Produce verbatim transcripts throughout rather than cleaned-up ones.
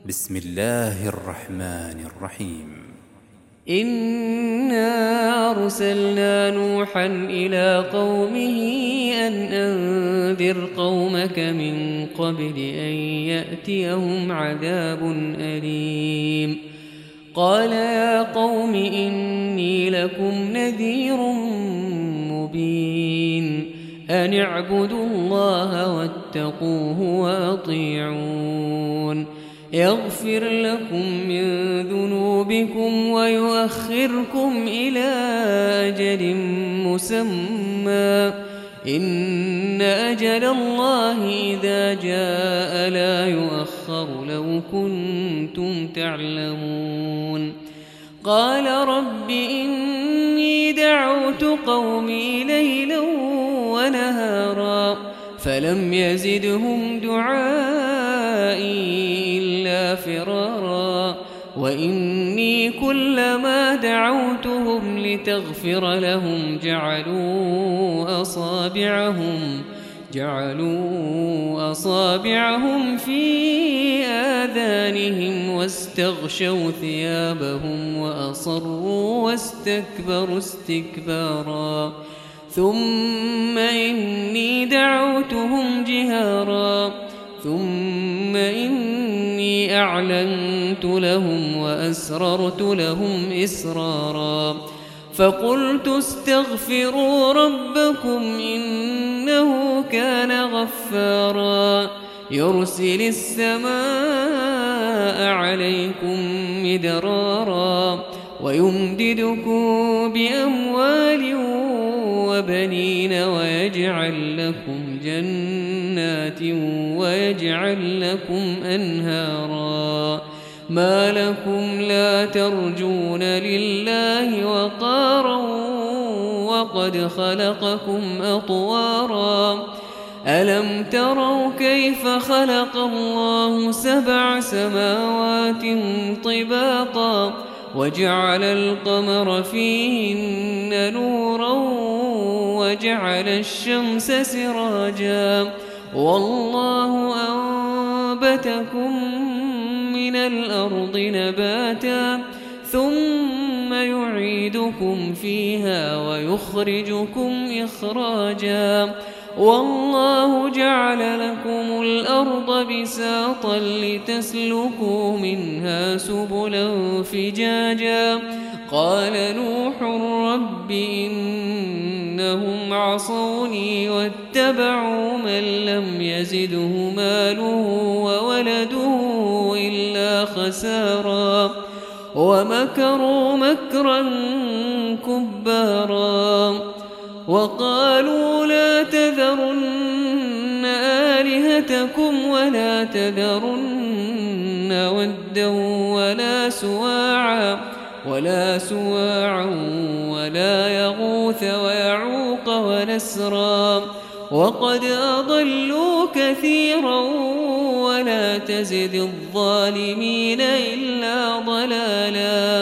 بسم الله الرحمن الرحيم. إنا أرسلنا نوحا إلى قومه أن أنذر قومك من قبل أن يأتيهم عذاب أليم. قال يا قوم إني لكم نذير مبين أن اعبدوا الله واتقوه وأطيعون يغفر لكم من ذنوبكم ويؤخركم إلى أجل مسمى إن أجل الله إذا جاء لا يؤخر لو كنتم تعلمون. قال رب إني دعوت قومي ليلا ونهارا فلم يزدهم دعائي إلا فرارا وإني كلما دعوتهم لتغفر لهم جعلوا أصابعهم جعلوا أصابعهم في آذانهم واستغشوا ثيابهم وأصروا واستكبروا استكبارا ثم إني دعوتهم جهارا ثم إني أعلنت لهم وأسررت لهم إسرارا فقلت استغفروا ربكم إنه كان غفارا يرسل السماء عليكم مدرارا ويمددكم بأموال وبنين ويجعل لكم جنات ويجعل لكم أنهارا ما لكم لا ترجون لله وقارا وقد خلقكم أطوارا ألم تروا كيف خلق الله سبع سماوات طباقا وجعل القمر فيهن نورا وجعل الشمس سراجا والله أنبتكم من الأرض نباتا ثم يعيدكم فيها ويخرجكم إخراجا والله جعل لكم الأرض بساطا لتسلكوا منها سبلا فجاجا قال نوح رب إنهم عصوني واتبعوا من لم يزده ماله وولده إلا خسارا ومكروا مكرا كبارا وقالوا لا تذرن آلهتكم ولا تذرن ودا ولا سواعا ولا سواعا ولا يغوث ويعوق ونسرا وقد أضلوا كثيرا ولا تزد الظالمين إلا ضلالا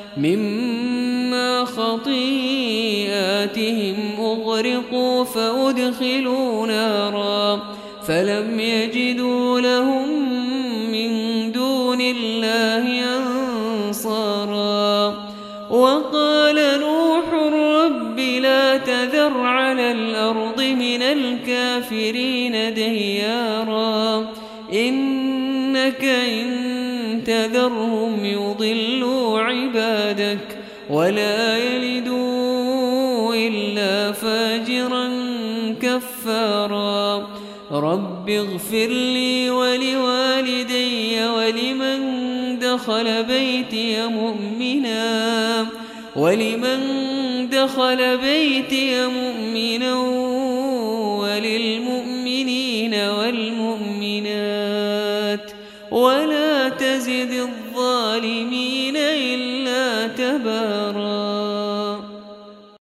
مما خطيئاتهم أغرقوا فأدخلوا نارا فلم يجدوا لهم من دون الله أنصارا وقال نوح رب لا تذر على الأرض من الكافرين ديارا إنك إن تذرهم يضلوا عبادك ولا يلدوا إلا فاجرا كفارا رب اغفر لي ولوالدي ولمن دخل بيتي مؤمنا ولمن دخل بيتي مؤمنا وللمؤمنين والمؤمنات ولا تزد الظالمين